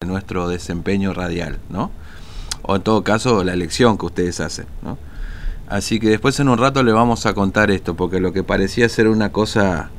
nuestro desempeño radial, ¿no? O en todo caso, la elección que ustedes hacen, ¿no? Así que después en un rato le vamos a contar esto, porque lo que parecía ser una cosa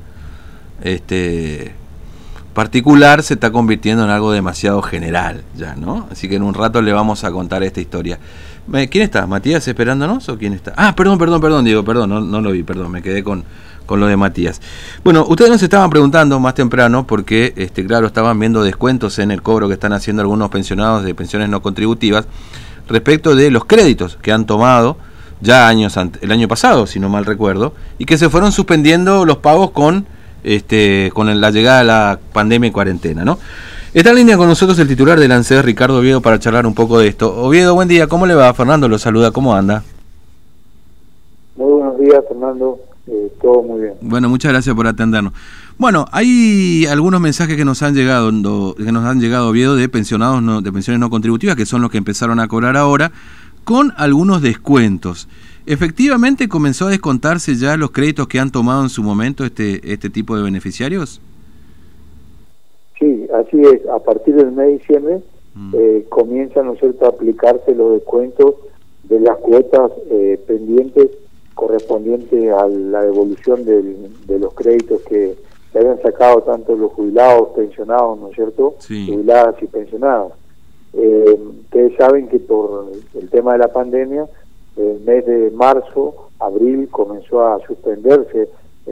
particular se está convirtiendo en algo demasiado general ya, ¿no? Así que en un rato le vamos a contar esta historia. ¿Quién está? ¿Matías esperándonos o quién está? Ah, perdón, Diego, perdón, no lo vi, perdón, me quedé con lo de Matías. Bueno, ustedes nos estaban preguntando más temprano porque, claro, estaban viendo descuentos en el cobro que están haciendo algunos pensionados de pensiones no contributivas respecto de los créditos que han tomado ya el año pasado, si no mal recuerdo, y que se fueron suspendiendo los pagos con la llegada de la pandemia y cuarentena, ¿no? Está en línea con nosotros el titular del ANSES, Ricardo Oviedo, para charlar un poco de esto. Oviedo, buen día, ¿cómo le va? Fernando lo saluda, ¿cómo anda? Muy buenos días, Fernando, todo muy bien. Bueno, muchas gracias por atendernos. Bueno, hay algunos mensajes que nos han llegado, Oviedo, de pensionados de pensiones no contributivas, que son los que empezaron a cobrar ahora, con algunos descuentos. ¿Efectivamente comenzó a descontarse ya los créditos que han tomado en su momento este tipo de beneficiarios? Sí, así es. A partir del mes de diciembre comienzan, ¿no es cierto?, a aplicarse los descuentos de las cuotas pendientes correspondientes a la devolución de los créditos que habían sacado tanto los jubilados, pensionados, ¿no es cierto?, sí, jubiladas y pensionadas. Ustedes saben que por el tema de la pandemia, el mes de marzo, abril, comenzó a suspenderse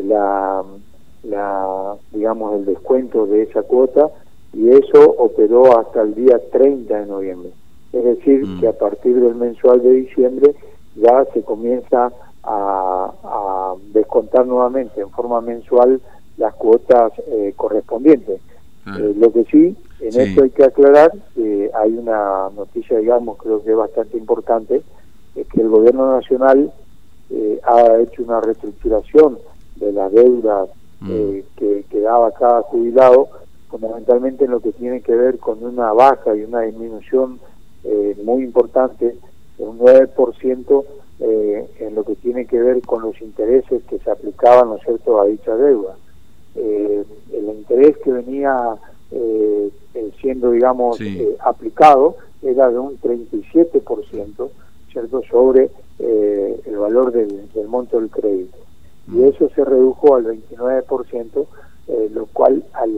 digamos, el descuento de esa cuota, y eso operó hasta el día 30 de noviembre. Es decir, que a partir del mensual de diciembre ya se comienza a descontar nuevamente en forma mensual las cuotas correspondientes. Lo que sí, esto hay que aclarar, hay una noticia, digamos, creo que es bastante importante, es que el gobierno nacional ha hecho una reestructuración de las deudas que daba cada jubilado, fundamentalmente en lo que tiene que ver con una baja y una disminución muy importante, de un 9%, en lo que tiene que ver con los intereses que se aplicaban, ¿no es cierto?, a dicha deuda. El interés que venía siendo, digamos, aplicado era de un 37%, ¿cierto?, sobre el valor del monto del crédito. Y eso se redujo al 29%, lo cual al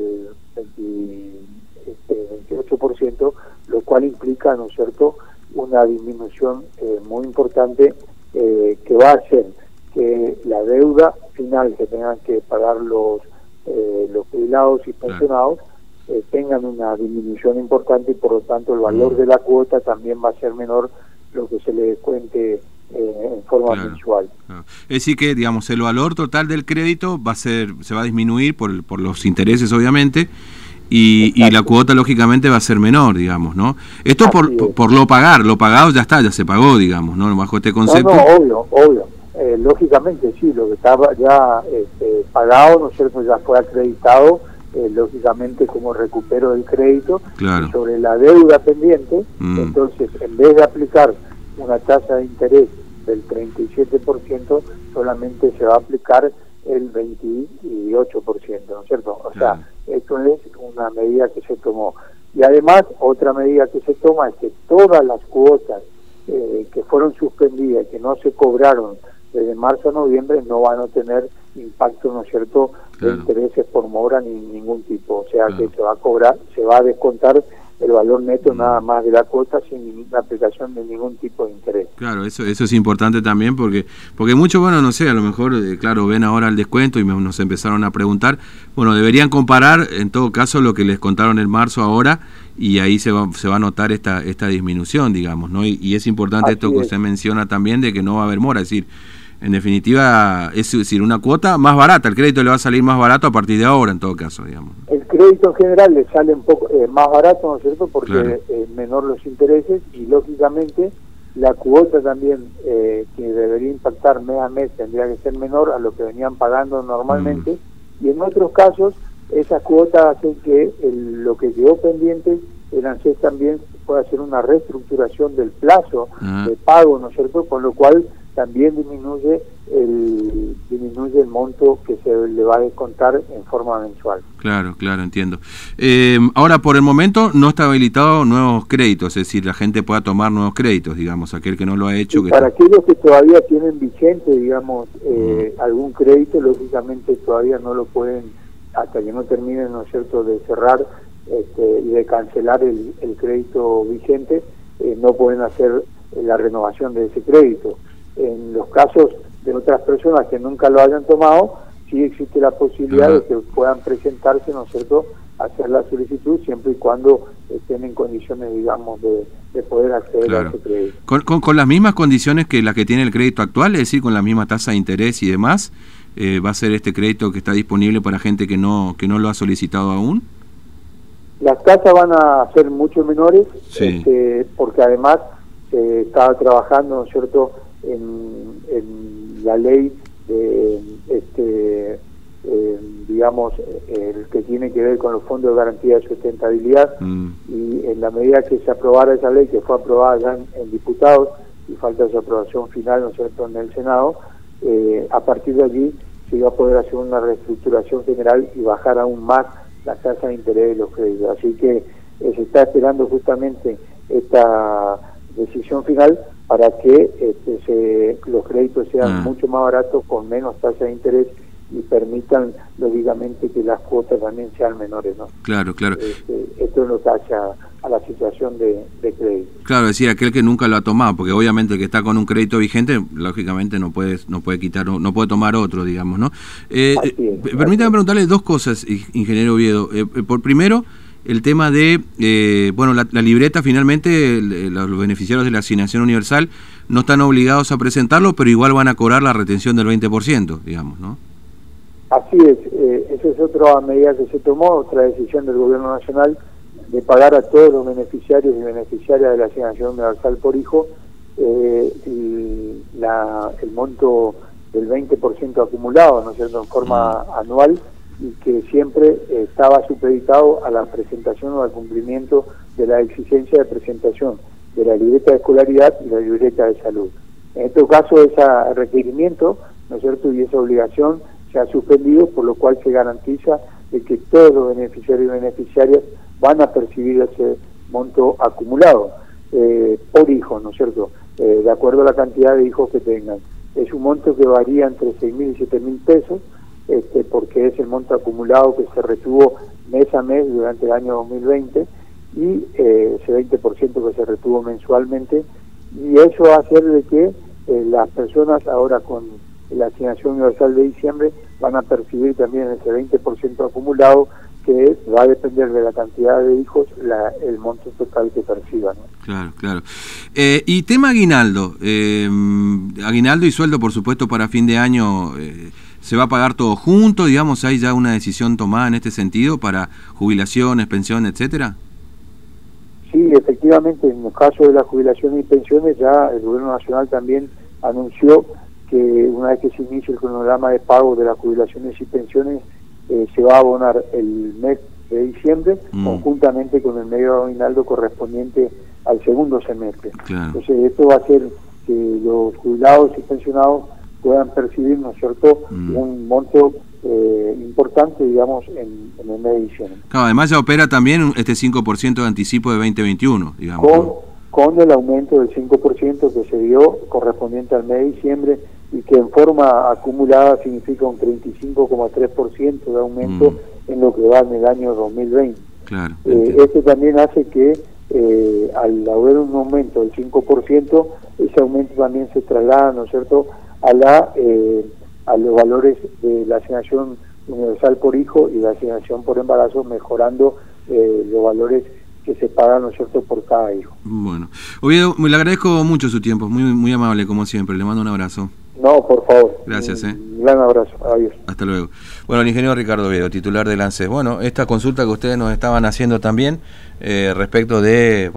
28%, lo cual implica, ¿no es cierto?, una disminución muy importante que va a hacer que la deuda final que tengan que pagar los jubilados y pensionados tengan una disminución importante, y por lo tanto el valor de la cuota también va a ser menor, lo que se le descuente en forma mensual. Es decir que, digamos, el valor total del crédito se va a disminuir por los intereses, obviamente, y la cuota lógicamente va a ser menor, digamos, ¿no? Esto por lo pagado ya está, ya se pagó, digamos, ¿no? Bajo este concepto. No, obvio. Lógicamente sí, lo que estaba ya pagado, ¿no es cierto?, ya fue acreditado, lógicamente, como recupero del crédito. Claro. Y sobre la deuda pendiente, entonces, en vez de aplicar una tasa de interés del 37%, solamente se va a aplicar el 28%, ¿no es cierto? O sea, esto es una medida que se tomó. Y además, otra medida que se toma es que todas las cuotas que fueron suspendidas, que no se cobraron desde marzo a noviembre, no van a tener impacto, ¿no es cierto?, de intereses por mora ni ningún tipo. O sea, que se va a cobrar, se va a descontar el valor neto nada más de la cuota, sin la aplicación de ningún tipo de interés. Claro, eso es importante también, porque muchos, bueno, no sé, a lo mejor, claro, ven ahora el descuento y nos empezaron a preguntar, bueno, deberían comparar en todo caso lo que les contaron en marzo ahora, y ahí se va a notar esta disminución, digamos, ¿no? Y es importante esto que usted menciona también, de que no va a haber mora, es decir, en definitiva, es decir, una cuota más barata, el crédito le va a salir más barato a partir de ahora, en todo caso, digamos. El crédito en general le sale un poco más barato, ¿no es cierto?, porque menor los intereses, y lógicamente la cuota también que debería impactar mes a mes tendría que ser menor a lo que venían pagando normalmente, y en otros casos esas cuotas hacen que lo que quedó pendiente, el ANSES también puede hacer una reestructuración del plazo de pago, ¿no es cierto?, con lo cual también disminuye el monto que se le va a descontar en forma mensual. Claro, claro, entiendo. Ahora, por el momento, no está habilitado nuevos créditos, es decir, la gente pueda tomar nuevos créditos, digamos, aquel que no lo ha hecho. Para aquellos que todavía tienen vigente, digamos, algún crédito, lógicamente todavía no lo pueden, hasta que no terminen, ¿no es cierto?, de cerrar y de cancelar el crédito vigente, no pueden hacer la renovación de ese crédito. En los casos de otras personas que nunca lo hayan tomado, sí existe la posibilidad de que puedan presentarse, ¿no es cierto?, hacer la solicitud siempre y cuando estén en condiciones, digamos, de poder acceder a ese crédito. ¿Con las mismas condiciones que las que tiene el crédito actual, es decir, con la misma tasa de interés y demás, va a ser este crédito que está disponible para gente que no lo ha solicitado aún? Las tasas van a ser mucho menores, sí. Porque además se estaba trabajando, ¿no es cierto?, en la ley de digamos, el que tiene que ver con los fondos de garantía de sustentabilidad, y en la medida que se aprobara esa ley, que fue aprobada ya en diputados y falta su aprobación final, ¿no es cierto?, en el Senado, a partir de allí se iba a poder hacer una reestructuración general y bajar aún más la tasa de interés de los créditos. Así que se está esperando justamente esta decisión final para que los créditos sean mucho más baratos, con menos tasa de interés, y permitan, lógicamente, que las cuotas también sean menores, ¿no? Claro, claro. Esto es lo que hace a la situación de crédito. Claro, decir, aquel que nunca lo ha tomado, porque obviamente el que está con un crédito vigente, lógicamente no puede tomar otro, digamos, ¿no? Permítame preguntarle dos cosas, ingeniero Oviedo. Por primero, el tema de, la libreta, finalmente, los beneficiarios de la asignación universal no están obligados a presentarlo, pero igual van a cobrar la retención del 20%, digamos, ¿no? Así es, esa es otra medida que se tomó, otra decisión del Gobierno Nacional, de pagar a todos los beneficiarios y beneficiarias de la asignación universal por hijo el monto del 20% acumulado, ¿no es cierto?, en forma anual, y que siempre estaba supeditado a la presentación o al cumplimiento de la exigencia de presentación de la libreta de escolaridad y la libreta de salud. En este caso, ese requerimiento, ¿no es cierto?, y esa obligación se ha suspendido, por lo cual se garantiza de que todos los beneficiarios y beneficiarias van a percibir ese monto acumulado por hijo, ¿no es cierto?, de acuerdo a la cantidad de hijos que tengan. Es un monto que varía entre 6.000 y 7.000 pesos, porque es el monto acumulado que se retuvo mes a mes durante el año 2020, y ese 20% que se retuvo mensualmente, y eso va a hacer de que las personas ahora con la asignación universal de diciembre van a percibir también ese 20% acumulado, que va a depender de la cantidad de hijos, el monto total que perciban, ¿no? Claro, claro. Y tema aguinaldo, aguinaldo y sueldo, por supuesto, para fin de año, ¿se va a pagar todo junto? Digamos, ¿hay ya una decisión tomada en este sentido para jubilaciones, pensiones, etcétera? Sí, efectivamente, en el caso de las jubilaciones y pensiones, ya el Gobierno Nacional también anunció que una vez que se inicie el cronograma de pago de las jubilaciones y pensiones, se va a abonar el mes de diciembre, conjuntamente con el medio aguinaldo correspondiente al segundo semestre. Claro. Entonces, esto va a hacer que los jubilados y pensionados puedan percibir, ¿no es cierto?, un monto importante, digamos, en el mes de diciembre. Claro, además ya opera también este 5% de anticipo de 2021, digamos. Con el aumento del 5% que se dio correspondiente al mes de diciembre, y que en forma acumulada significa un 35,3% de aumento en lo que va en el año 2020. Claro, esto también hace que al haber un aumento del 5%, ese aumento también se traslada, ¿no es cierto?, a los valores de la asignación universal por hijo y la asignación por embarazo, mejorando los valores que se pagan, ¿no es cierto?, por cada hijo. Bueno, Oviedo, le agradezco mucho su tiempo, muy amable como siempre, le mando un abrazo. No, por favor. Gracias. Un gran abrazo, adiós. Hasta luego. Bueno, el ingeniero Ricardo Oviedo, titular del ANSES. Bueno, esta consulta que ustedes nos estaban haciendo también respecto de...